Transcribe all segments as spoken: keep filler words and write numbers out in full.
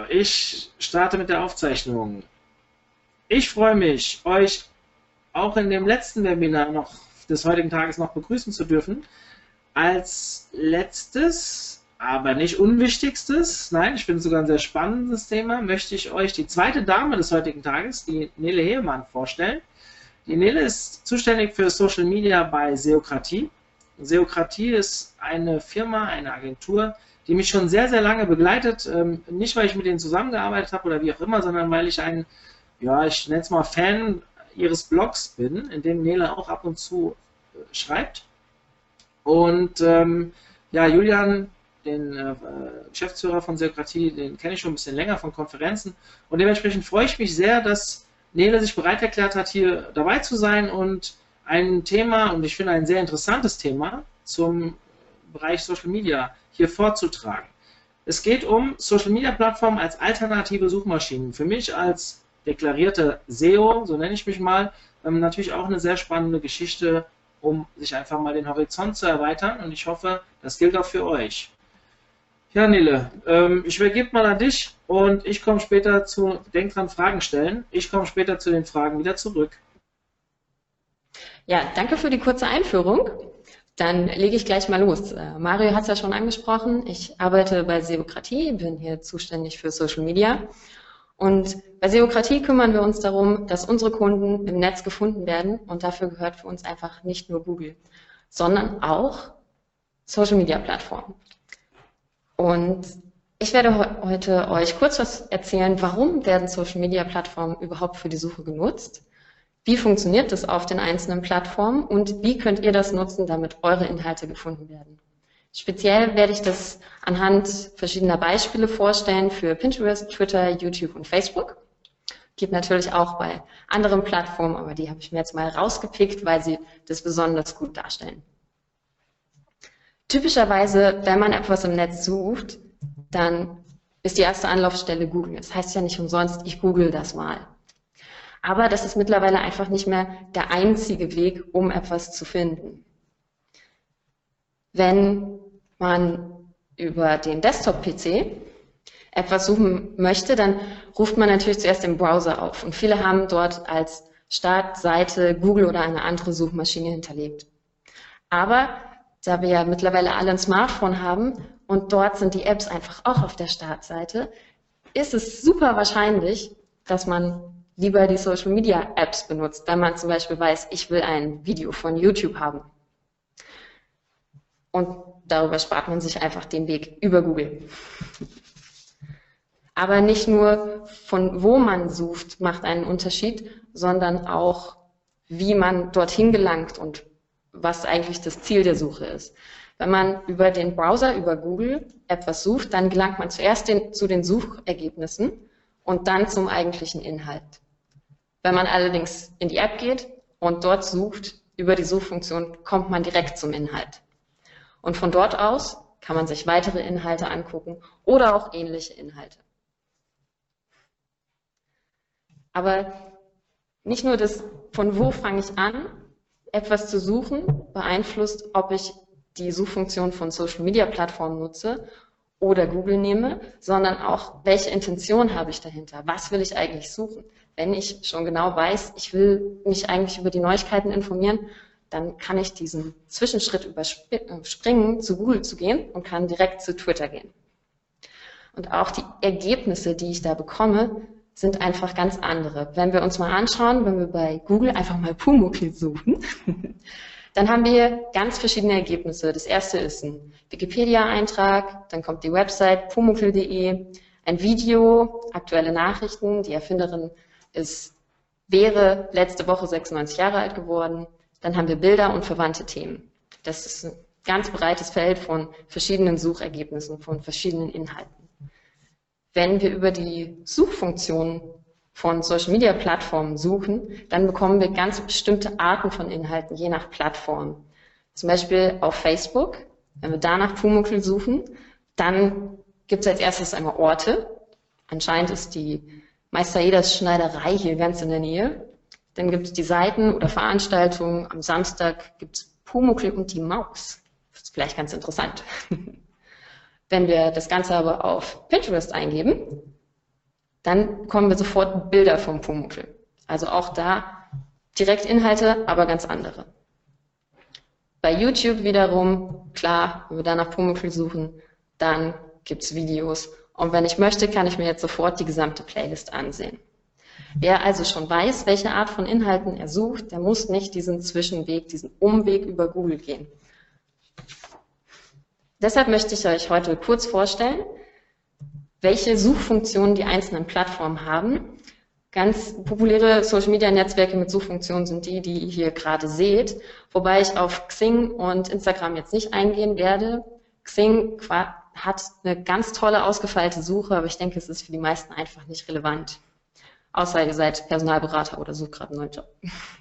ich starte mit der Aufzeichnung. Ich freue mich, euch auch in dem letzten Webinar noch des heutigen Tages noch begrüßen zu dürfen. Als letztes, aber nicht unwichtigstes, nein, ich finde sogar ein sehr spannendes Thema, möchte ich euch die zweite Dame des heutigen Tages, die Nele Heemann, vorstellen. Die Nele ist zuständig für Social Media bei Seokratie. Seokratie ist eine Firma, eine Agentur, die mich schon sehr, sehr lange begleitet. Nicht, weil ich mit denen zusammengearbeitet habe oder wie auch immer, sondern weil ich ein, ja, ich nenne es mal Fan ihres Blogs bin, in dem Nele auch ab und zu schreibt. Und ähm, ja, Julian, den äh, Geschäftsführer von Seokratie, den kenne ich schon ein bisschen länger von Konferenzen. Und dementsprechend freue ich mich sehr, dass Nele sich bereit erklärt hat, hier dabei zu sein und ein Thema, und ich finde ein sehr interessantes Thema, zum Bereich Social Media hier vorzutragen. Es geht um Social Media Plattformen als alternative Suchmaschinen. Für mich als deklarierter S E O, so nenne ich mich mal, ähm, natürlich auch eine sehr spannende Geschichte, um sich einfach mal den Horizont zu erweitern, und ich hoffe, das gilt auch für euch. Ja, Nele, ähm, ich übergebe mal an dich und ich komme später zu, denk dran, Fragen stellen. Ich komme später zu den Fragen wieder zurück. Ja, danke für die kurze Einführung. Dann lege ich gleich mal los. Mario hat es ja schon angesprochen. Ich arbeite bei Seokratie, bin hier zuständig für Social Media. Und bei Seokratie kümmern wir uns darum, dass unsere Kunden im Netz gefunden werden. Und dafür gehört für uns einfach nicht nur Google, sondern auch Social Media Plattformen. Und ich werde heute euch kurz was erzählen, warum werden Social Media Plattformen überhaupt für die Suche genutzt? Wie funktioniert das auf den einzelnen Plattformen und wie könnt ihr das nutzen, damit eure Inhalte gefunden werden? Speziell werde ich das anhand verschiedener Beispiele vorstellen für Pinterest, Twitter, YouTube und Facebook. Geht natürlich auch bei anderen Plattformen, aber die habe ich mir jetzt mal rausgepickt, weil sie das besonders gut darstellen. Typischerweise, wenn man etwas im Netz sucht, dann ist die erste Anlaufstelle Google. Das heißt ja nicht umsonst, ich google das mal. Aber das ist mittlerweile einfach nicht mehr der einzige Weg, um etwas zu finden. Wenn man über den Desktop-P C etwas suchen möchte, dann ruft man natürlich zuerst den Browser auf. Und viele haben dort als Startseite Google oder eine andere Suchmaschine hinterlegt. Aber da wir ja mittlerweile alle ein Smartphone haben und dort sind die Apps einfach auch auf der Startseite, ist es super wahrscheinlich, dass man lieber die Social Media Apps benutzt, wenn man zum Beispiel weiß, ich will ein Video von YouTube haben. Und darüber spart man sich einfach den Weg über Google. Aber nicht nur von wo man sucht, macht einen Unterschied, sondern auch, wie man dorthin gelangt und was eigentlich das Ziel der Suche ist. Wenn man über den Browser, über Google etwas sucht, dann gelangt man zuerst den, zu den Suchergebnissen und dann zum eigentlichen Inhalt. Wenn man allerdings in die App geht und dort sucht, über die Suchfunktion, kommt man direkt zum Inhalt. Und von dort aus kann man sich weitere Inhalte angucken oder auch ähnliche Inhalte. Aber nicht nur das, von wo fange ich an, etwas zu suchen, beeinflusst, ob ich die Suchfunktion von Social Media Plattformen nutze oder Google nehme, sondern auch, welche Intention habe ich dahinter? Was will ich eigentlich suchen? Wenn ich schon genau weiß, ich will mich eigentlich über die Neuigkeiten informieren, dann kann ich diesen Zwischenschritt überspringen, zu Google zu gehen und kann direkt zu Twitter gehen. Und auch die Ergebnisse, die ich da bekomme, sind einfach ganz andere. Wenn wir uns mal anschauen, wenn wir bei Google einfach mal Pumuckl suchen, dann haben wir ganz verschiedene Ergebnisse. Das erste ist ein Wikipedia-Eintrag, dann kommt die Website pumuckl punkt de, ein Video, aktuelle Nachrichten, die Erfinderin ist, wäre letzte Woche sechsundneunzig Jahre alt geworden, dann haben wir Bilder und verwandte Themen. Das ist ein ganz breites Feld von verschiedenen Suchergebnissen, von verschiedenen Inhalten. Wenn wir über die Suchfunktionen von Social-Media-Plattformen suchen, dann bekommen wir ganz bestimmte Arten von Inhalten, je nach Plattform. Zum Beispiel auf Facebook, wenn wir da nach Pumuckl suchen, dann gibt es als erstes einmal Orte. Anscheinend ist die Meister Eders Schneiderei hier ganz in der Nähe. Dann gibt es die Seiten oder Veranstaltungen. Am Samstag gibt es Pumuckl und die Maus. Das ist vielleicht ganz interessant. Wenn wir das Ganze aber auf Pinterest eingeben, dann kommen wir sofort Bilder vom Pumuckl. Also auch da direkt Inhalte, aber ganz andere. Bei YouTube wiederum, klar, wenn wir da nach Pumuckl suchen, dann gibt's Videos. Und wenn ich möchte, kann ich mir jetzt sofort die gesamte Playlist ansehen. Wer also schon weiß, welche Art von Inhalten er sucht, der muss nicht diesen Zwischenweg, diesen Umweg über Google gehen. Deshalb möchte ich euch heute kurz vorstellen, welche Suchfunktionen die einzelnen Plattformen haben. Ganz populäre Social-Media-Netzwerke mit Suchfunktionen sind die, die ihr hier gerade seht, wobei ich auf Xing und Instagram jetzt nicht eingehen werde. Xing hat eine ganz tolle, ausgefeilte Suche, aber ich denke, es ist für die meisten einfach nicht relevant. Außer ihr seid Personalberater oder sucht gerade einen neuen Job.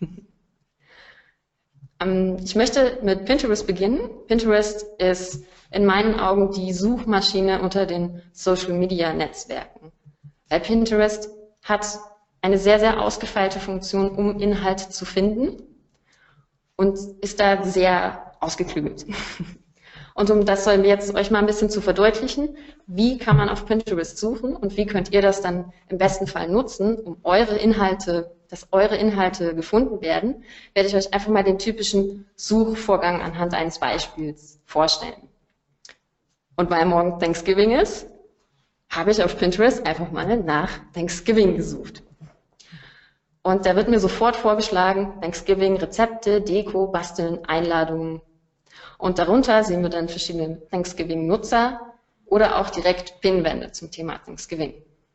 Ich möchte mit Pinterest beginnen. Pinterest ist in meinen Augen die Suchmaschine unter den Social-Media-Netzwerken. Weil Pinterest hat eine sehr, sehr ausgefeilte Funktion, um Inhalte zu finden und ist da sehr ausgeklügelt. Und um das sollen wir jetzt euch mal ein bisschen zu verdeutlichen, wie kann man auf Pinterest suchen und wie könnt ihr das dann im besten Fall nutzen, um eure Inhalte, dass eure Inhalte gefunden werden, werde ich euch einfach mal den typischen Suchvorgang anhand eines Beispiels vorstellen. Und weil morgen Thanksgiving ist, habe ich auf Pinterest einfach mal nach Thanksgiving gesucht. Und da wird mir sofort vorgeschlagen, Thanksgiving, Rezepte, Deko, Basteln, Einladungen. Und darunter sehen wir dann verschiedene Thanksgiving-Nutzer oder auch direkt Pinwände zum Thema Thanksgiving.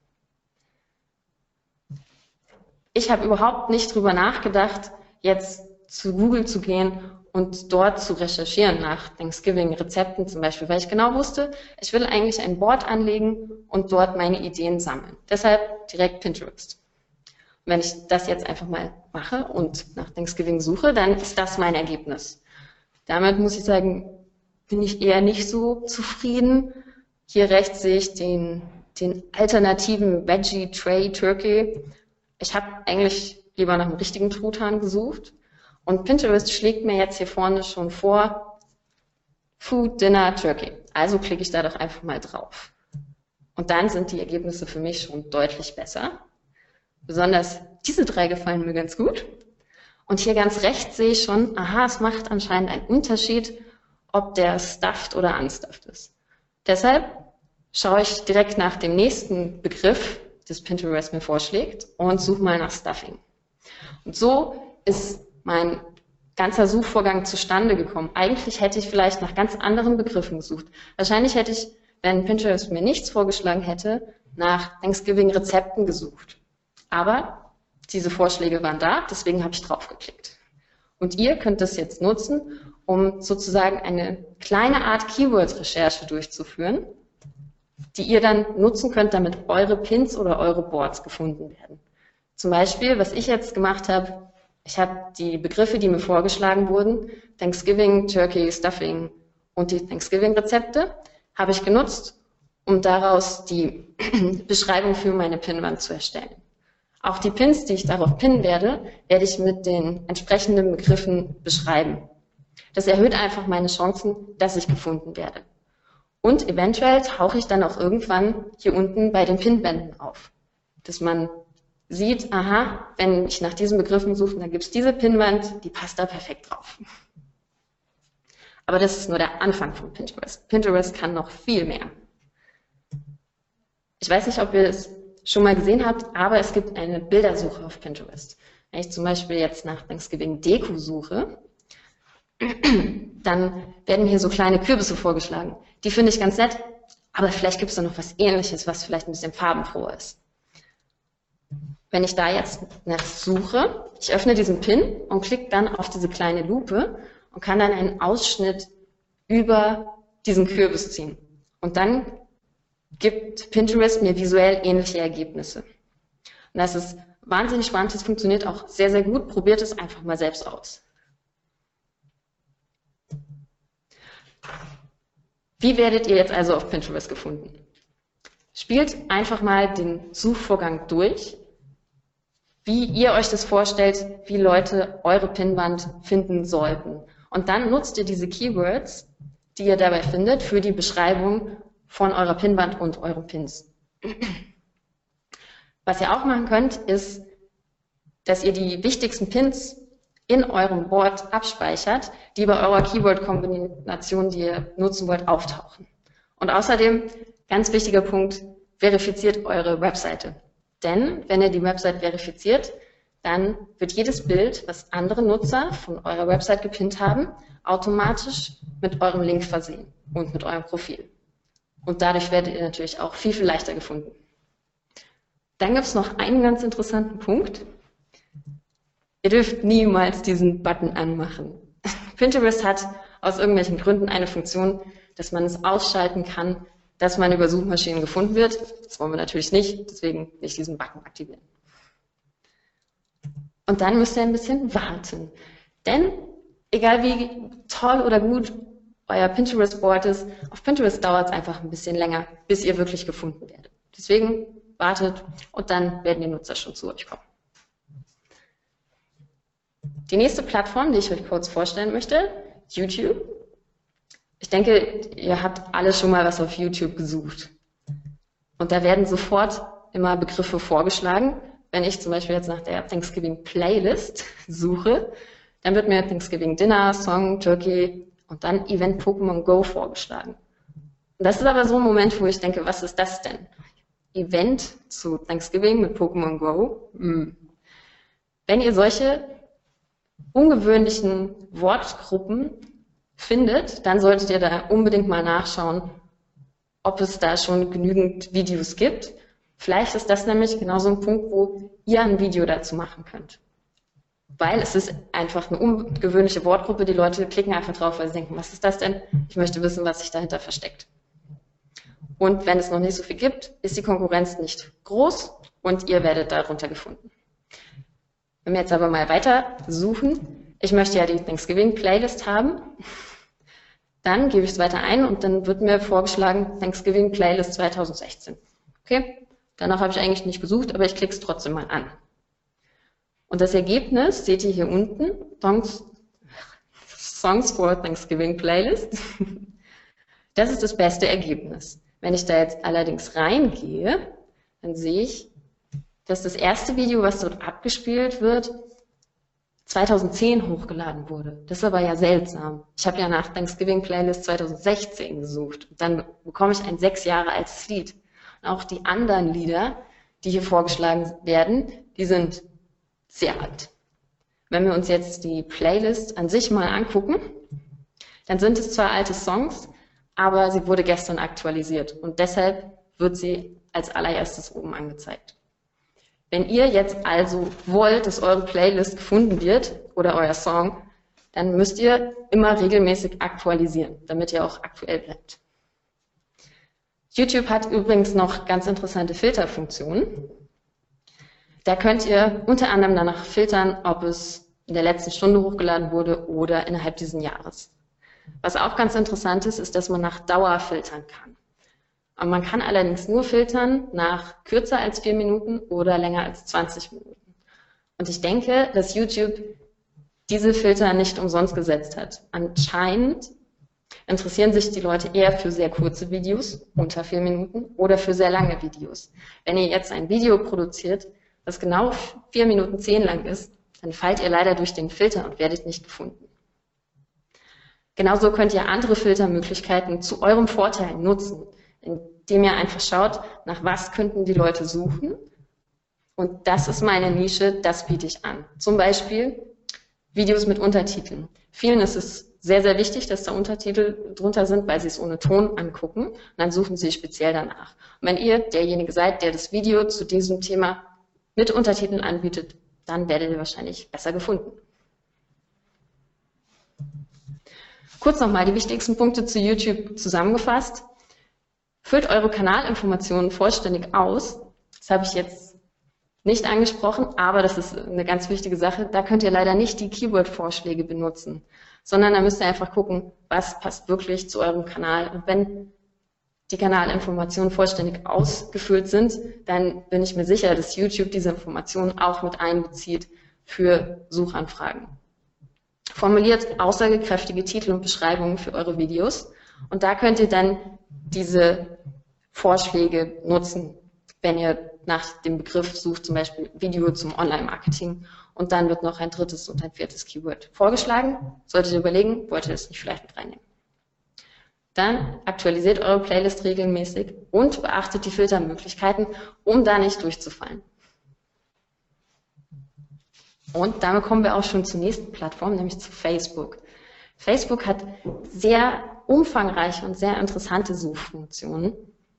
Ich habe überhaupt nicht drüber nachgedacht, jetzt zu Google zu gehen und dort zu recherchieren nach Thanksgiving-Rezepten zum Beispiel, weil ich genau wusste, ich will eigentlich ein Board anlegen und dort meine Ideen sammeln. Deshalb direkt Pinterest. Und wenn ich das jetzt einfach mal mache und nach Thanksgiving suche, dann ist das mein Ergebnis. Damit muss ich sagen, bin ich eher nicht so zufrieden. Hier rechts sehe ich den, den alternativen Veggie Tray Turkey. Ich habe eigentlich lieber nach einem richtigen Truthahn gesucht. Und Pinterest schlägt mir jetzt hier vorne schon vor, Food, Dinner, Turkey. Also klicke ich da doch einfach mal drauf. Und dann sind die Ergebnisse für mich schon deutlich besser. Besonders diese drei gefallen mir ganz gut. Und hier ganz rechts sehe ich schon, aha, es macht anscheinend einen Unterschied, ob der stuffed oder unstuffed ist. Deshalb schaue ich direkt nach dem nächsten Begriff, das Pinterest mir vorschlägt, und suche mal nach Stuffing. Und so ist mein ganzer Suchvorgang zustande gekommen. Eigentlich hätte ich vielleicht nach ganz anderen Begriffen gesucht. Wahrscheinlich hätte ich, wenn Pinterest mir nichts vorgeschlagen hätte, nach Thanksgiving-Rezepten gesucht. Aber diese Vorschläge waren da, deswegen habe ich draufgeklickt. Und ihr könnt das jetzt nutzen, um sozusagen eine kleine Art Keyword-Recherche durchzuführen, die ihr dann nutzen könnt, damit eure Pins oder eure Boards gefunden werden. Zum Beispiel, was ich jetzt gemacht habe, ich habe die Begriffe, die mir vorgeschlagen wurden, Thanksgiving, Turkey, Stuffing und die Thanksgiving-Rezepte, habe ich genutzt, um daraus die Beschreibung für meine Pinwand zu erstellen. Auch die Pins, die ich darauf pinnen werde, werde ich mit den entsprechenden Begriffen beschreiben. Das erhöht einfach meine Chancen, dass ich gefunden werde. Und eventuell tauche ich dann auch irgendwann hier unten bei den Pinwänden auf. Dass man sieht, aha, wenn ich nach diesen Begriffen suche, dann gibt es diese Pinwand, die passt da perfekt drauf. Aber das ist nur der Anfang von Pinterest. Pinterest kann noch viel mehr. Ich weiß nicht, ob ihr es schon mal gesehen habt, aber es gibt eine Bildersuche auf Pinterest. Wenn ich zum Beispiel jetzt nach Thanksgiving Deko suche, dann werden hier so kleine Kürbisse vorgeschlagen. Die finde ich ganz nett, aber vielleicht gibt es da noch was Ähnliches, was vielleicht ein bisschen farbenfroher ist. Wenn ich da jetzt nach suche, ich öffne diesen Pin und klicke dann auf diese kleine Lupe und kann dann einen Ausschnitt über diesen Kürbis ziehen. Und dann gibt Pinterest mir visuell ähnliche Ergebnisse. Und das ist wahnsinnig spannend, das funktioniert auch sehr, sehr gut. Probiert es einfach mal selbst aus. Wie werdet ihr jetzt also auf Pinterest gefunden? Spielt einfach mal den Suchvorgang durch, wie ihr euch das vorstellt, wie Leute eure Pinwand finden sollten. Und dann nutzt ihr diese Keywords, die ihr dabei findet, für die Beschreibung von eurer Pinwand und euren Pins. Was ihr auch machen könnt, ist, dass ihr die wichtigsten Pins in eurem Board abspeichert, die bei eurer Keyword-Kombination, die ihr nutzen wollt, auftauchen. Und außerdem, ganz wichtiger Punkt, verifiziert eure Webseite. Denn wenn ihr die Website verifiziert, dann wird jedes Bild, was andere Nutzer von eurer Website gepinnt haben, automatisch mit eurem Link versehen und mit eurem Profil. Und dadurch werdet ihr natürlich auch viel, viel leichter gefunden. Dann gibt es noch einen ganz interessanten Punkt. Ihr dürft niemals diesen Button anmachen. Pinterest hat aus irgendwelchen Gründen eine Funktion, dass man es ausschalten kann, dass man über Suchmaschinen gefunden wird. Das wollen wir natürlich nicht, deswegen nicht diesen Button aktivieren. Und dann müsst ihr ein bisschen warten. Denn egal wie toll oder gut euer Pinterest-Board ist, auf Pinterest dauert es einfach ein bisschen länger, bis ihr wirklich gefunden werdet. Deswegen wartet und dann werden die Nutzer schon zu euch kommen. Die nächste Plattform, die ich euch kurz vorstellen möchte, YouTube. Ich denke, ihr habt alle schon mal was auf YouTube gesucht. Und da werden sofort immer Begriffe vorgeschlagen. Wenn ich zum Beispiel jetzt nach der Thanksgiving Playlist suche, dann wird mir Thanksgiving Dinner, Song, Turkey und dann Event Pokémon Go vorgeschlagen. Und das ist aber so ein Moment, wo ich denke, was ist das denn? Event zu Thanksgiving mit Pokémon Go? Hm. Wenn ihr solche ungewöhnlichen Wortgruppen findet, dann solltet ihr da unbedingt mal nachschauen, ob es da schon genügend Videos gibt. Vielleicht ist das nämlich genau so ein Punkt, wo ihr ein Video dazu machen könnt. Weil es ist einfach eine ungewöhnliche Wortgruppe, die Leute klicken einfach drauf, weil sie denken, was ist das denn? Ich möchte wissen, was sich dahinter versteckt. Und wenn es noch nicht so viel gibt, ist die Konkurrenz nicht groß und ihr werdet darunter gefunden. Wenn wir jetzt aber mal weiter suchen, ich möchte ja die Thanksgiving Playlist haben, dann gebe ich es weiter ein und dann wird mir vorgeschlagen Thanksgiving Playlist zwanzig sechzehn. Okay, danach habe ich eigentlich nicht gesucht, aber ich klicke es trotzdem mal an. Und das Ergebnis seht ihr hier unten, Songs, Songs for Thanksgiving Playlist. Das ist das beste Ergebnis. Wenn ich da jetzt allerdings reingehe, dann sehe ich, dass das erste Video, was dort abgespielt wird, zweitausendzehn hochgeladen wurde. Das ist aber ja seltsam. Ich habe ja nach Thanksgiving Playlist zwanzig sechzehn gesucht. Und dann bekomme ich ein sechs Jahre altes Lied. Und auch die anderen Lieder, die hier vorgeschlagen werden, die sind sehr alt. Wenn wir uns jetzt die Playlist an sich mal angucken, dann sind es zwar alte Songs, aber sie wurde gestern aktualisiert. Und deshalb wird sie als allererstes oben angezeigt. Wenn ihr jetzt also wollt, dass eure Playlist gefunden wird oder euer Song, dann müsst ihr immer regelmäßig aktualisieren, damit ihr auch aktuell bleibt. YouTube hat übrigens noch ganz interessante Filterfunktionen. Da könnt ihr unter anderem danach filtern, ob es in der letzten Stunde hochgeladen wurde oder innerhalb dieses Jahres. Was auch ganz interessant ist, ist, dass man nach Dauer filtern kann. Und man kann allerdings nur filtern nach kürzer als vier Minuten oder länger als zwanzig Minuten. Und ich denke, dass YouTube diese Filter nicht umsonst gesetzt hat. Anscheinend interessieren sich die Leute eher für sehr kurze Videos, unter vier Minuten, oder für sehr lange Videos. Wenn ihr jetzt ein Video produziert, das genau vier Minuten zehn lang ist, dann fallt ihr leider durch den Filter und werdet nicht gefunden. Genauso könnt ihr andere Filtermöglichkeiten zu eurem Vorteil nutzen, indem ihr einfach schaut, nach was könnten die Leute suchen. Und das ist meine Nische, das biete ich an. Zum Beispiel Videos mit Untertiteln. Vielen ist es sehr, sehr wichtig, dass da Untertitel drunter sind, weil sie es ohne Ton angucken. Und dann suchen sie speziell danach. Und wenn ihr derjenige seid, der das Video zu diesem Thema mit Untertiteln anbietet, dann werdet ihr wahrscheinlich besser gefunden. Kurz nochmal die wichtigsten Punkte zu YouTube zusammengefasst. Füllt eure Kanalinformationen vollständig aus. Das habe ich jetzt nicht angesprochen, aber das ist eine ganz wichtige Sache. Da könnt ihr leider nicht die Keyword-Vorschläge benutzen, sondern da müsst ihr einfach gucken, was passt wirklich zu eurem Kanal. Und wenn die Kanalinformationen vollständig ausgefüllt sind, dann bin ich mir sicher, dass YouTube diese Informationen auch mit einbezieht für Suchanfragen. Formuliert aussagekräftige Titel und Beschreibungen für eure Videos und da könnt ihr dann diese Vorschläge nutzen, wenn ihr nach dem Begriff sucht, zum Beispiel Video zum Online-Marketing, und dann wird noch ein drittes und ein viertes Keyword vorgeschlagen. Solltet ihr überlegen, wollt ihr das nicht vielleicht mit reinnehmen. Dann aktualisiert eure Playlist regelmäßig und beachtet die Filtermöglichkeiten, um da nicht durchzufallen. Und damit kommen wir auch schon zur nächsten Plattform, nämlich zu Facebook. Facebook hat sehr umfangreiche und sehr interessante Suchfunktionen,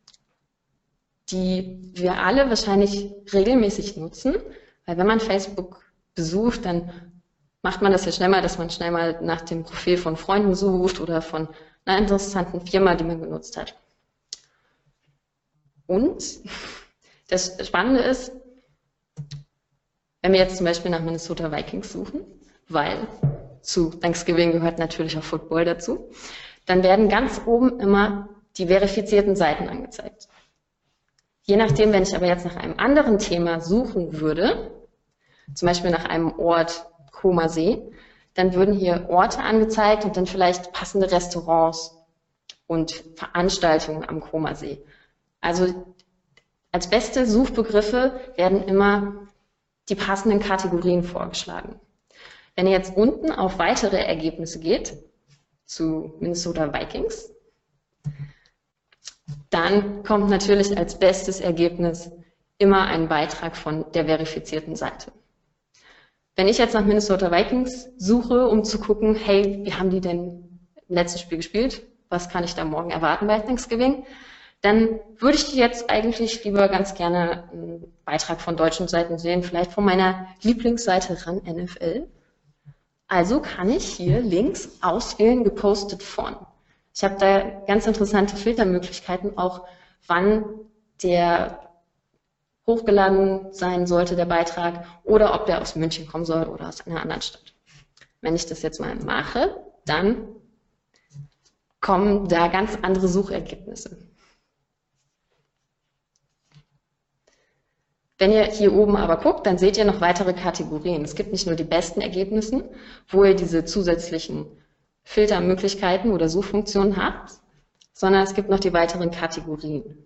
die wir alle wahrscheinlich regelmäßig nutzen, weil wenn man Facebook besucht, dann macht man das ja schnell mal, dass man schnell mal nach dem Profil von Freunden sucht oder von einer interessanten Firma, die man genutzt hat. Und das Spannende ist, wenn wir jetzt zum Beispiel nach Minnesota Vikings suchen, weil zu Thanksgiving gehört natürlich auch Football dazu, dann werden ganz oben immer die verifizierten Seiten angezeigt. Je nachdem, wenn ich aber jetzt nach einem anderen Thema suchen würde, zum Beispiel nach einem Ort Koma See, dann würden hier Orte angezeigt und dann vielleicht passende Restaurants und Veranstaltungen am Koma See. Also als beste Suchbegriffe werden immer die passenden Kategorien vorgeschlagen. Wenn ihr jetzt unten auf weitere Ergebnisse geht, zu Minnesota Vikings, dann kommt natürlich als bestes Ergebnis immer ein Beitrag von der verifizierten Seite. Wenn ich jetzt nach Minnesota Vikings suche, um zu gucken, hey, wie haben die denn im letzten Spiel gespielt? Was kann ich da morgen erwarten bei Thanksgiving? Dann würde ich jetzt eigentlich lieber ganz gerne einen Beitrag von deutschen Seiten sehen, vielleicht von meiner Lieblingsseite RAN N F L. Also kann ich hier links auswählen, gepostet von. Ich habe da ganz interessante Filtermöglichkeiten, auch wann der hochgeladen sein sollte, der Beitrag, oder ob der aus München kommen soll oder aus einer anderen Stadt. Wenn ich das jetzt mal mache, dann kommen da ganz andere Suchergebnisse. Wenn ihr hier oben aber guckt, dann seht ihr noch weitere Kategorien. Es gibt nicht nur die besten Ergebnisse, wo ihr diese zusätzlichen Filtermöglichkeiten oder Suchfunktionen habt, sondern es gibt noch die weiteren Kategorien.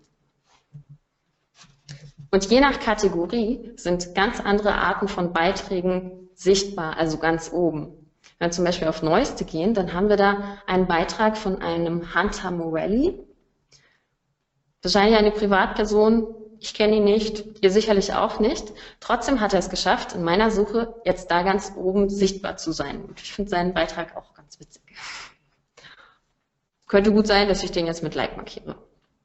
Und je nach Kategorie sind ganz andere Arten von Beiträgen sichtbar, also ganz oben. Wenn wir zum Beispiel auf Neueste gehen, dann haben wir da einen Beitrag von einem Hunter Morelli. Wahrscheinlich eine Privatperson, ich kenne ihn nicht, ihr sicherlich auch nicht. Trotzdem hat er es geschafft, in meiner Suche jetzt da ganz oben sichtbar zu sein. Und ich finde seinen Beitrag auch ganz witzig. Könnte gut sein, dass ich den jetzt mit Like markiere.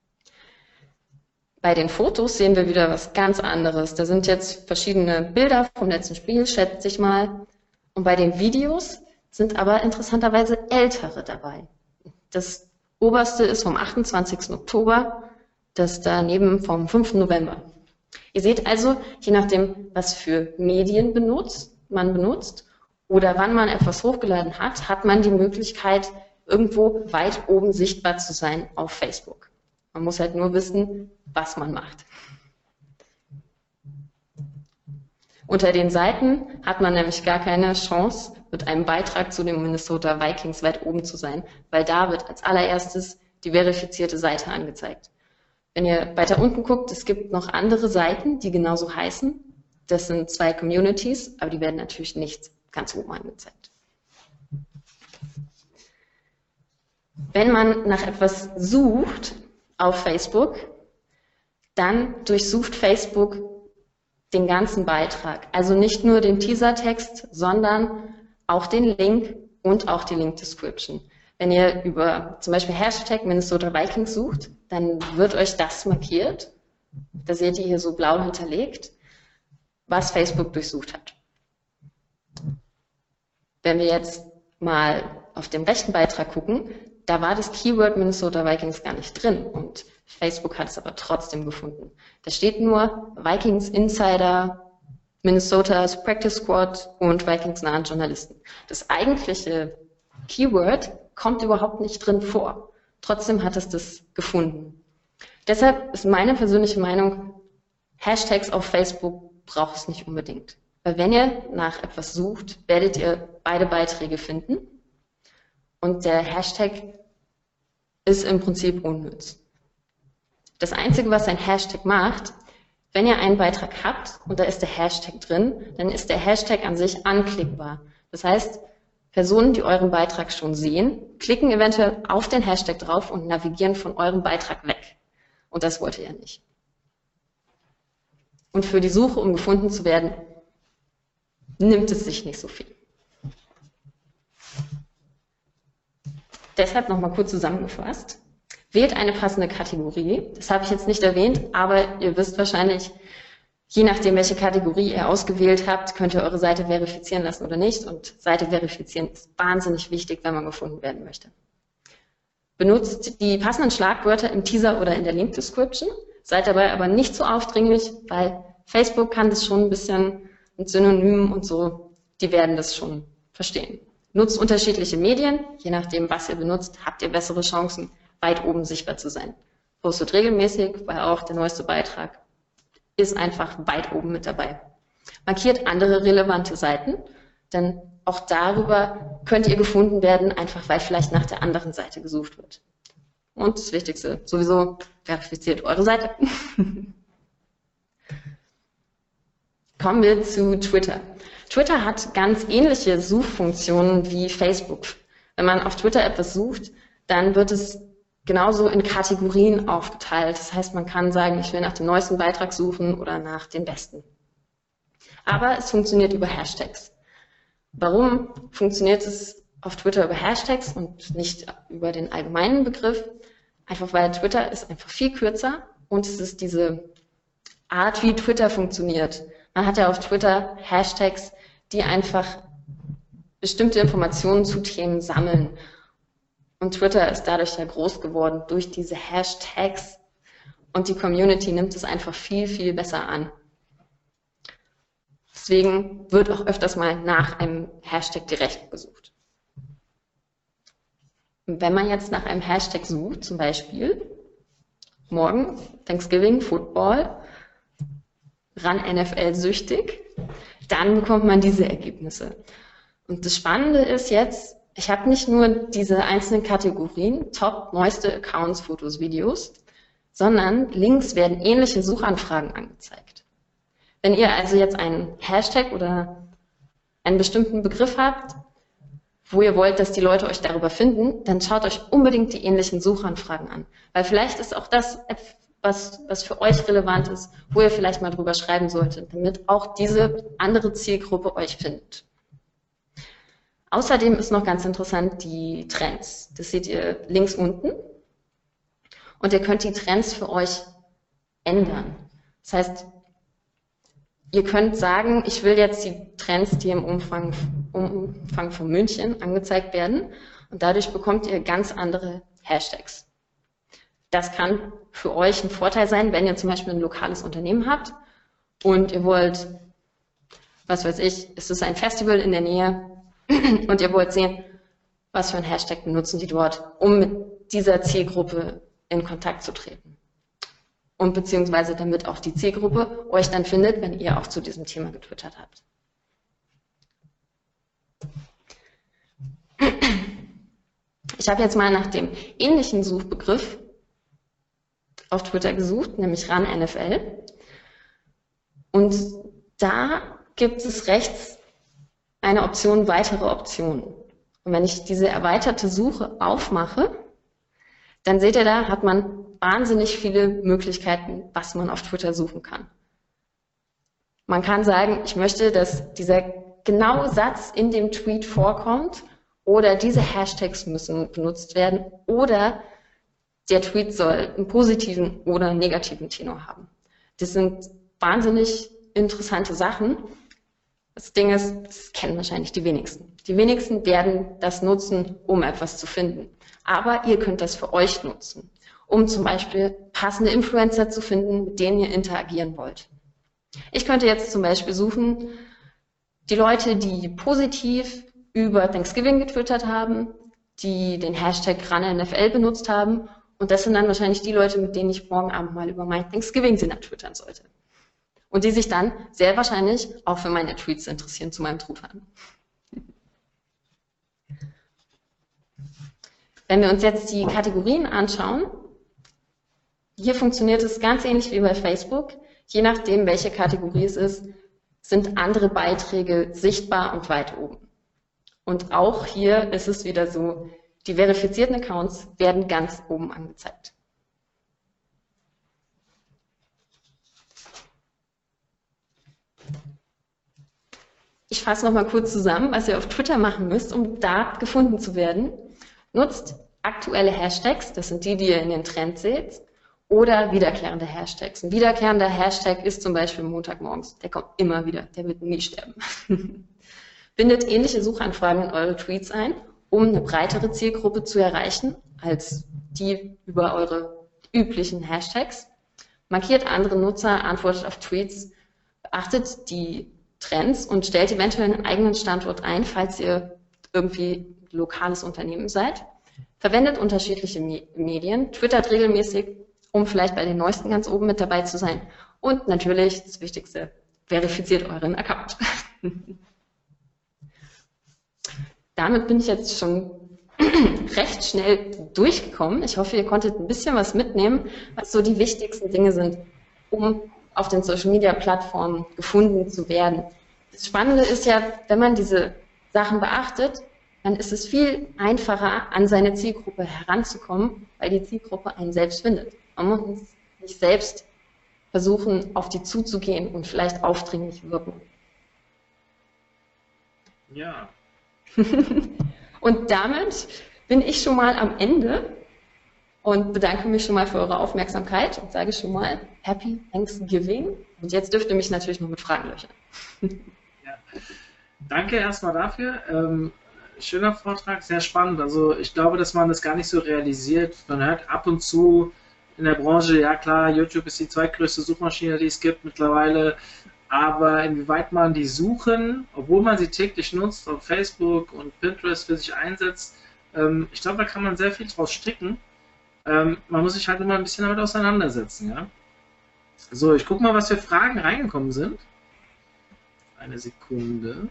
Bei den Fotos sehen wir wieder was ganz anderes. Da sind jetzt verschiedene Bilder vom letzten Spiel, schätze ich mal. Und bei den Videos sind aber interessanterweise ältere dabei. Das oberste ist vom achtundzwanzigsten Oktober, das daneben vom fünften November. Ihr seht also, je nachdem, was für Medien benutzt, man benutzt oder wann man etwas hochgeladen hat, hat man die Möglichkeit, irgendwo weit oben sichtbar zu sein auf Facebook. Man muss halt nur wissen, was man macht. Unter den Seiten hat man nämlich gar keine Chance, mit einem Beitrag zu den Minnesota Vikings weit oben zu sein, weil da wird als allererstes die verifizierte Seite angezeigt. Wenn ihr weiter unten guckt, es gibt noch andere Seiten, die genauso heißen. Das sind zwei Communities, aber die werden natürlich nicht ganz oben angezeigt. Wenn man nach etwas sucht auf Facebook, dann durchsucht Facebook den ganzen Beitrag. Also nicht nur den Teasertext, sondern auch den Link und auch die Link Description. Wenn ihr über zum Beispiel Hashtag Minnesota Vikings sucht, dann wird euch das markiert. Da seht ihr hier so blau hinterlegt, was Facebook durchsucht hat. Wenn wir jetzt mal auf den rechten Beitrag gucken, da war das Keyword Minnesota Vikings gar nicht drin und Facebook hat es aber trotzdem gefunden. Da steht nur Vikings Insider, Minnesotas Practice Squad und Vikings nahen Journalisten. Das eigentliche Keyword kommt überhaupt nicht drin vor. Trotzdem hat es das gefunden. Deshalb ist meine persönliche Meinung, Hashtags auf Facebook braucht es nicht unbedingt. Weil wenn ihr nach etwas sucht, werdet ihr beide Beiträge finden und der Hashtag ist im Prinzip unnütz. Das Einzige, was ein Hashtag macht, Wenn ihr einen Beitrag habt und da ist der Hashtag drin, dann ist der Hashtag an sich anklickbar. Das heißt, Personen, die euren Beitrag schon sehen, klicken eventuell auf den Hashtag drauf und navigieren von eurem Beitrag weg. Und das wollt ihr ja nicht. Und für die Suche, um gefunden zu werden, nimmt es sich nicht so viel. Deshalb nochmal kurz zusammengefasst. Wählt eine passende Kategorie. Das habe ich jetzt nicht erwähnt, aber ihr wisst wahrscheinlich, je nachdem, welche Kategorie ihr ausgewählt habt, könnt ihr eure Seite verifizieren lassen oder nicht. Und Seite verifizieren ist wahnsinnig wichtig, wenn man gefunden werden möchte. Benutzt die passenden Schlagwörter im Teaser oder in der Link Description. Seid dabei aber nicht so aufdringlich, weil Facebook kann das schon ein bisschen mit Synonymen und so, die werden das schon verstehen. Nutzt unterschiedliche Medien. Je nachdem, was ihr benutzt, habt ihr bessere Chancen, weit oben sichtbar zu sein. Postet regelmäßig, weil auch der neueste Beitrag ist einfach weit oben mit dabei. Markiert andere relevante Seiten, denn auch darüber könnt ihr gefunden werden, einfach weil vielleicht nach der anderen Seite gesucht wird. Und das Wichtigste, sowieso verifiziert eure Seite. Kommen wir zu Twitter. Twitter hat ganz ähnliche Suchfunktionen wie Facebook. Wenn man auf Twitter etwas sucht, dann wird es genauso in Kategorien aufgeteilt. Das heißt, man kann sagen, ich will nach dem neuesten Beitrag suchen oder nach den besten. Aber es funktioniert über Hashtags. Warum funktioniert es auf Twitter über Hashtags und nicht über den allgemeinen Begriff? Einfach weil Twitter ist einfach viel kürzer und es ist diese Art, wie Twitter funktioniert. Man hat ja auf Twitter Hashtags, die einfach bestimmte Informationen zu Themen sammeln. Und Twitter ist dadurch ja groß geworden durch diese Hashtags und die Community nimmt es einfach viel, viel besser an. Deswegen wird auch öfters mal nach einem Hashtag direkt gesucht. Und wenn man jetzt nach einem Hashtag sucht, zum Beispiel morgen Thanksgiving, Football, Run N F L süchtig, dann bekommt man diese Ergebnisse. Und das Spannende ist jetzt, ich habe nicht nur diese einzelnen Kategorien, Top, neueste Accounts, Fotos, Videos, sondern links werden ähnliche Suchanfragen angezeigt. Wenn ihr also jetzt einen Hashtag oder einen bestimmten Begriff habt, wo ihr wollt, dass die Leute euch darüber finden, dann schaut euch unbedingt die ähnlichen Suchanfragen an. Weil vielleicht ist auch das, was, was für euch relevant ist, wo ihr vielleicht mal drüber schreiben solltet, damit auch diese andere Zielgruppe euch findet. Außerdem ist noch ganz interessant die Trends. Das seht ihr links unten. Und ihr könnt die Trends für euch ändern. Das heißt, ihr könnt sagen, ich will jetzt die Trends, die im Umfang, Umfang von München angezeigt werden. Und dadurch bekommt ihr ganz andere Hashtags. Das kann für euch ein Vorteil sein, wenn ihr zum Beispiel ein lokales Unternehmen habt und ihr wollt, was weiß ich, es ist ein Festival in der Nähe, und ihr wollt sehen, was für ein Hashtag benutzen die dort, um mit dieser Zielgruppe in Kontakt zu treten. Und beziehungsweise damit auch die Zielgruppe euch dann findet, wenn ihr auch zu diesem Thema getwittert habt. Ich habe jetzt mal nach dem ähnlichen Suchbegriff auf Twitter gesucht, nämlich Run N F L. Und da gibt es rechts eine Option, weitere Optionen. Und wenn ich diese erweiterte Suche aufmache, dann seht ihr, da hat man wahnsinnig viele Möglichkeiten, was man auf Twitter suchen kann. Man kann sagen, ich möchte, dass dieser genaue Satz in dem Tweet vorkommt oder diese Hashtags müssen benutzt werden oder der Tweet soll einen positiven oder negativen Tenor haben. Das sind wahnsinnig interessante Sachen. Das Ding ist, das kennen wahrscheinlich die wenigsten. Die wenigsten werden das nutzen, um etwas zu finden. Aber ihr könnt das für euch nutzen, um zum Beispiel passende Influencer zu finden, mit denen ihr interagieren wollt. Ich könnte jetzt zum Beispiel suchen, die Leute, die positiv über Thanksgiving getwittert haben, die den Hashtag Run N F L benutzt haben. Und das sind dann wahrscheinlich die Leute, mit denen ich morgen Abend mal über mein Thanksgiving-Dinner twittern sollte. Und die sich dann sehr wahrscheinlich auch für meine Tweets interessieren zu meinem Truthahn. Wenn wir uns jetzt die Kategorien anschauen, hier funktioniert es ganz ähnlich wie bei Facebook. Je nachdem, welche Kategorie es ist, sind andere Beiträge sichtbar und weit oben. Und auch hier ist es wieder so, die verifizierten Accounts werden ganz oben angezeigt. Ich fasse noch mal kurz zusammen, was ihr auf Twitter machen müsst, um da gefunden zu werden. Nutzt aktuelle Hashtags, das sind die, die ihr in den Trends seht, oder wiederkehrende Hashtags. Ein wiederkehrender Hashtag ist zum Beispiel Montagmorgens. Der kommt immer wieder, der wird nie sterben. Bindet ähnliche Suchanfragen in eure Tweets ein, um eine breitere Zielgruppe zu erreichen, als die über eure üblichen Hashtags. Markiert andere Nutzer, antwortet auf Tweets, beachtet die Trends und stellt eventuell einen eigenen Standort ein, falls ihr irgendwie ein lokales Unternehmen seid. Verwendet unterschiedliche Medien, twittert regelmäßig, um vielleicht bei den neuesten ganz oben mit dabei zu sein. Und natürlich, das Wichtigste, verifiziert euren Account. Damit bin ich jetzt schon recht schnell durchgekommen. Ich hoffe, ihr konntet ein bisschen was mitnehmen, was so die wichtigsten Dinge sind, um auf den Social-Media-Plattformen gefunden zu werden. Das Spannende ist ja, wenn man diese Sachen beachtet, dann ist es viel einfacher, an seine Zielgruppe heranzukommen, weil die Zielgruppe einen selbst findet. Man muss nicht selbst versuchen, auf die zuzugehen und vielleicht aufdringlich wirken. Ja. Und damit bin ich schon mal am Ende und bedanke mich schon mal für eure Aufmerksamkeit und sage schon mal Happy Thanksgiving. Und jetzt dürft ihr mich natürlich noch mit Fragen löchern. Ja. Danke erstmal dafür. Ähm, schöner Vortrag, sehr spannend. Also ich glaube, dass man das gar nicht so realisiert. Man hört ab und zu in der Branche, ja klar, YouTube ist die zweitgrößte Suchmaschine, die es gibt mittlerweile. Aber inwieweit man die Suchen, obwohl man sie täglich nutzt, auf Facebook und Pinterest für sich einsetzt, ähm, ich glaube, da kann man sehr viel draus stricken. Ähm, man muss sich halt immer ein bisschen damit auseinandersetzen. Ja? So, ich gucke mal, was für Fragen reingekommen sind. Eine Sekunde.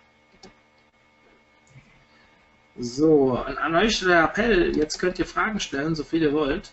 So, an, an euch der Appell, jetzt könnt ihr Fragen stellen, so viel ihr wollt.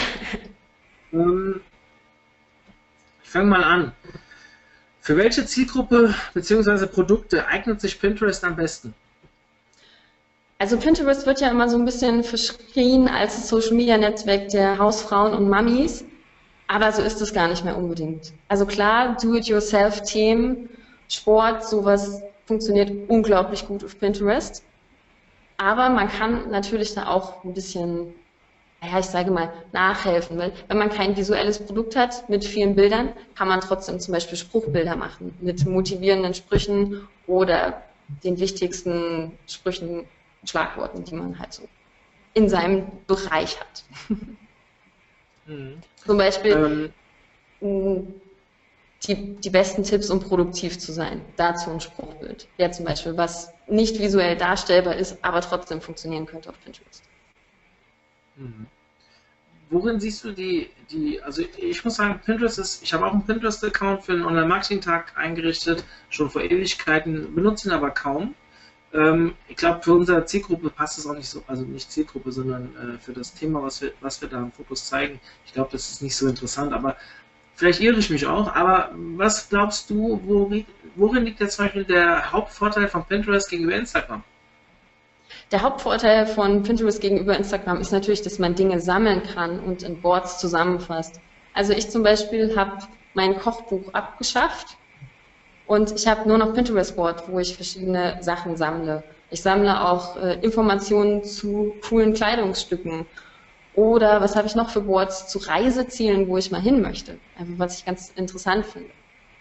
ähm, ich fange mal an. Für welche Zielgruppe bzw. Produkte eignet sich Pinterest am besten? Also Pinterest wird ja immer so ein bisschen verschrien als Social-Media-Netzwerk der Hausfrauen und Mamis, aber so ist es gar nicht mehr unbedingt. Also klar, Do-it-yourself-Themen, Sport, sowas funktioniert unglaublich gut auf Pinterest, aber man kann natürlich da auch ein bisschen, ja, ich sage mal, nachhelfen, weil wenn man kein visuelles Produkt hat mit vielen Bildern, kann man trotzdem zum Beispiel Spruchbilder machen mit motivierenden Sprüchen oder den wichtigsten Sprüchen, Schlagworten, die man halt so in seinem Bereich hat. Mhm. Zum Beispiel ähm. die, die besten Tipps, um produktiv zu sein. Dazu ein Spruchbild. Wäre zum Beispiel, was nicht visuell darstellbar ist, aber trotzdem funktionieren könnte auf Pinterest. Mhm. Worin siehst du die, die, also ich muss sagen, Pinterest ist, ich habe auch einen Pinterest-Account für einen Online-Marketing-Tag eingerichtet, schon vor Ewigkeiten, benutze ihn aber kaum. Ähm, ich glaube, für unsere Zielgruppe passt es auch nicht so, also nicht Zielgruppe, sondern äh, für das Thema, was wir, was wir da im Fokus zeigen. Ich glaube, das ist nicht so interessant, aber vielleicht irre ich mich auch, aber was glaubst du, worin, worin liegt jetzt zum Beispiel der Hauptvorteil von Pinterest gegenüber Instagram? Der Hauptvorteil von Pinterest gegenüber Instagram ist natürlich, dass man Dinge sammeln kann und in Boards zusammenfasst. Also ich zum Beispiel habe mein Kochbuch abgeschafft und ich habe nur noch Pinterest-Board, wo ich verschiedene Sachen sammle. Ich sammle auch äh, Informationen zu coolen Kleidungsstücken. Oder was habe ich noch für Boards zu Reisezielen, wo ich mal hin möchte. Also was ich ganz interessant finde.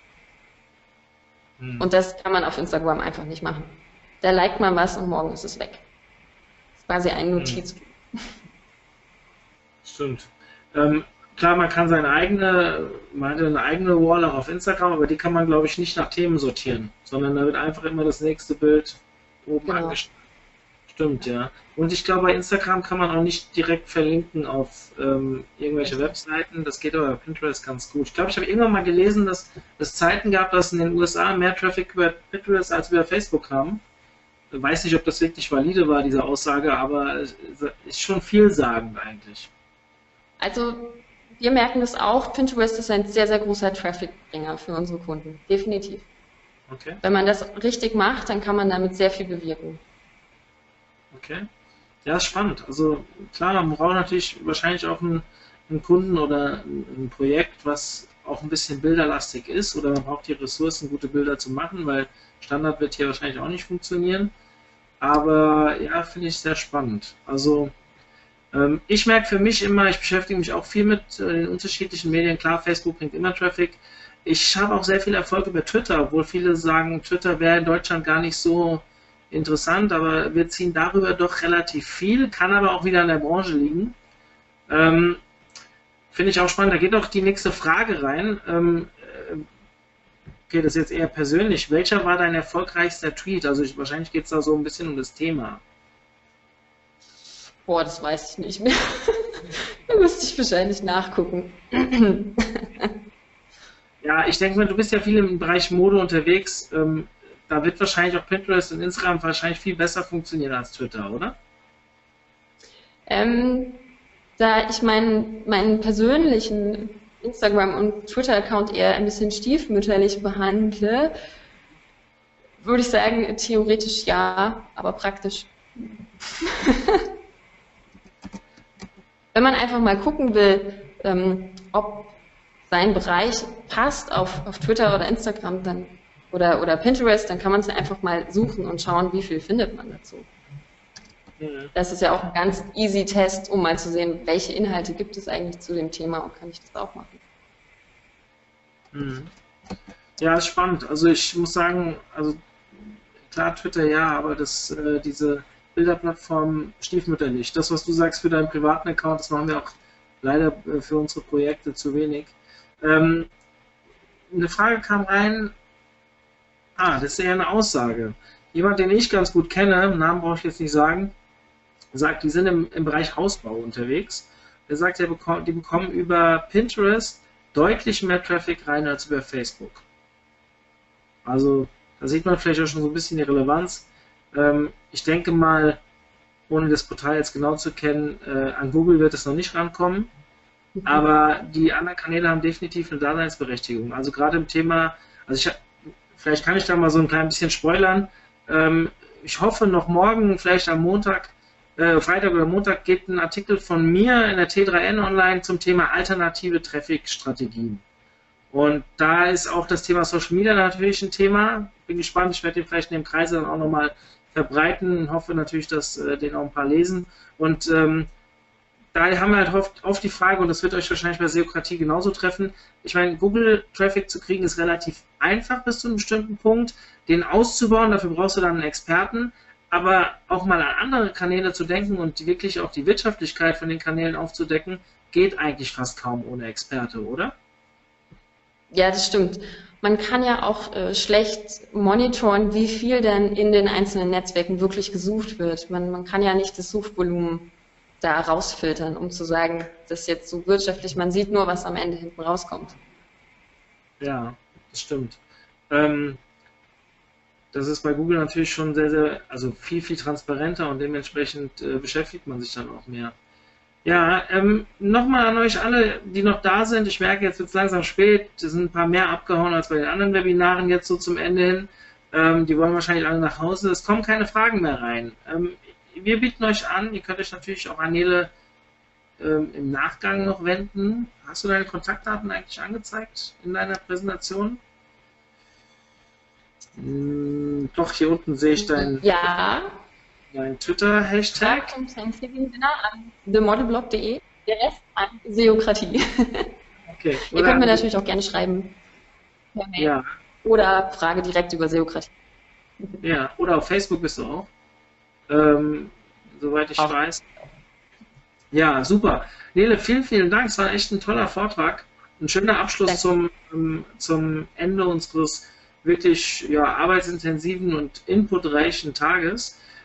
Hm. Und das kann man auf Instagram einfach nicht machen. Da liked man was und morgen ist es weg. Das ist quasi ein Notizbuch. Stimmt. Ähm, klar, man kann seine eigene, man hat eine eigene Wall auch auf Instagram, aber die kann man, glaube ich, nicht nach Themen sortieren, sondern da wird einfach immer das nächste Bild oben genau. angestellt. Stimmt, ja. Und ich glaube, bei Instagram kann man auch nicht direkt verlinken auf ähm, irgendwelche Webseiten. Das geht aber bei Pinterest ganz gut. Ich glaube, ich habe irgendwann mal gelesen, dass es Zeiten gab, dass in den U S A mehr Traffic über Pinterest als über Facebook kam. Ich weiß nicht, ob das wirklich valide war, diese Aussage, aber es ist schon vielsagend eigentlich. Also wir merken das auch, Pinterest ist ein sehr, sehr großer Traffic-Bringer für unsere Kunden, definitiv. Okay. Wenn man das richtig macht, dann kann man damit sehr viel bewirken. Okay. Ja, ist spannend. Also klar, man braucht natürlich wahrscheinlich auch einen, einen Kunden oder ein, ein Projekt, was auch ein bisschen bilderlastig ist, oder man braucht die Ressourcen, gute Bilder zu machen, weil Standard wird hier wahrscheinlich auch nicht funktionieren. Aber ja, finde ich sehr spannend. Also ähm, ich merke für mich immer, ich beschäftige mich auch viel mit äh, den unterschiedlichen Medien. Klar, Facebook bringt immer Traffic. Ich habe auch sehr viel Erfolg über Twitter, obwohl viele sagen, Twitter wäre in Deutschland gar nicht so interessant, aber wir ziehen darüber doch relativ viel, kann aber auch wieder an der Branche liegen. Ähm, Finde ich auch spannend. Da geht auch die nächste Frage rein. Ähm, okay, das ist jetzt eher persönlich. Welcher war dein erfolgreichster Tweet? Also ich, wahrscheinlich geht es da so ein bisschen um das Thema. Boah, das weiß ich nicht mehr. Da müsste ich wahrscheinlich nachgucken. Ja, ich denke mal, du bist ja viel im Bereich Mode unterwegs. Ähm, da wird wahrscheinlich auch Pinterest und Instagram wahrscheinlich viel besser funktionieren als Twitter, oder? Ähm, da ich meinen, meinen persönlichen Instagram- und Twitter-Account eher ein bisschen stiefmütterlich behandle, würde ich sagen, theoretisch ja, aber praktisch. Wenn man einfach mal gucken will, ähm, ob sein Bereich passt auf, auf Twitter oder Instagram dann, oder, oder Pinterest, dann kann man es einfach mal suchen und schauen, wie viel findet man dazu. Mhm. Das ist ja auch ein ganz easy Test, um mal zu sehen, welche Inhalte gibt es eigentlich zu dem Thema und kann ich das auch machen. Mhm. Ja, ist spannend. Also ich muss sagen, also klar Twitter ja, aber das, äh, diese Bilderplattform stiefmütterlich. Das, was du sagst für deinen privaten Account, das machen wir auch leider äh, für unsere Projekte zu wenig. Ähm, eine Frage kam rein. Ah, das ist eher eine Aussage. Jemand, den ich ganz gut kenne, Namen brauche ich jetzt nicht sagen, sagt, die sind im, im Bereich Hausbau unterwegs. Er sagt, er bekommt, die bekommen über Pinterest deutlich mehr Traffic rein als über Facebook. Also da sieht man vielleicht auch schon so ein bisschen die Relevanz. Ähm, ich denke mal, ohne das Portal jetzt genau zu kennen, äh, an Google wird es noch nicht rankommen. Aber die anderen Kanäle haben definitiv eine Daseinsberechtigung. Also gerade im Thema, also ich, vielleicht kann ich da mal so ein klein bisschen spoilern. Ähm, ich hoffe noch morgen, vielleicht am Montag, äh, Freitag oder Montag, geht ein Artikel von mir in der T drei N online zum Thema alternative Traffic-Strategien. Und da ist auch das Thema Social Media natürlich ein Thema. Bin gespannt, ich werde den vielleicht in dem Kreise dann auch nochmal verbreiten und hoffe natürlich, dass äh, den auch ein paar lesen. Und ähm, da haben wir halt oft, oft die Frage, und das wird euch wahrscheinlich bei Seokratie genauso treffen, ich meine, Google-Traffic zu kriegen ist relativ einfach bis zu einem bestimmten Punkt, den auszubauen, dafür brauchst du dann einen Experten, aber auch mal an andere Kanäle zu denken und wirklich auch die Wirtschaftlichkeit von den Kanälen aufzudecken, geht eigentlich fast kaum ohne Experte, oder? Ja, das stimmt. Man kann ja auch äh, schlecht monitoren, wie viel denn in den einzelnen Netzwerken wirklich gesucht wird. Man, man kann ja nicht das Suchvolumen da rausfiltern, um zu sagen, das ist jetzt so wirtschaftlich, man sieht nur, was am Ende hinten rauskommt. Ja, das stimmt. Ähm, das ist bei Google natürlich schon sehr, sehr, also viel, viel transparenter und dementsprechend äh, beschäftigt man sich dann auch mehr. Ja, ähm, nochmal an euch alle, die noch da sind. Ich merke, jetzt wird es langsam spät. Es sind ein paar mehr abgehauen als bei den anderen Webinaren jetzt so zum Ende hin. Ähm, die wollen wahrscheinlich alle nach Hause. Es kommen keine Fragen mehr rein. Ähm, wir bieten euch an, ihr könnt euch natürlich auch an Nele ähm, im Nachgang noch wenden. Hast du deine Kontaktdaten eigentlich angezeigt in deiner Präsentation? Hm, doch, hier unten sehe ich deinen Ja. dein Twitter-Hashtag. Zum Thanksgiving-Dinner an themodelblog punkt de. Der Rest an Seokratie. Okay. Ihr könnt mir natürlich auch gerne schreiben. Per Mail. Ja. Oder Frage direkt über Seokratie. Ja, oder auf Facebook bist du auch. Ähm, soweit ich Auch. weiß. Ja, super. Nele, vielen, vielen Dank. Es war echt ein toller Vortrag. Ein schöner Abschluss zum, ähm, zum Ende unseres wirklich ja, arbeitsintensiven und inputreichen Tages.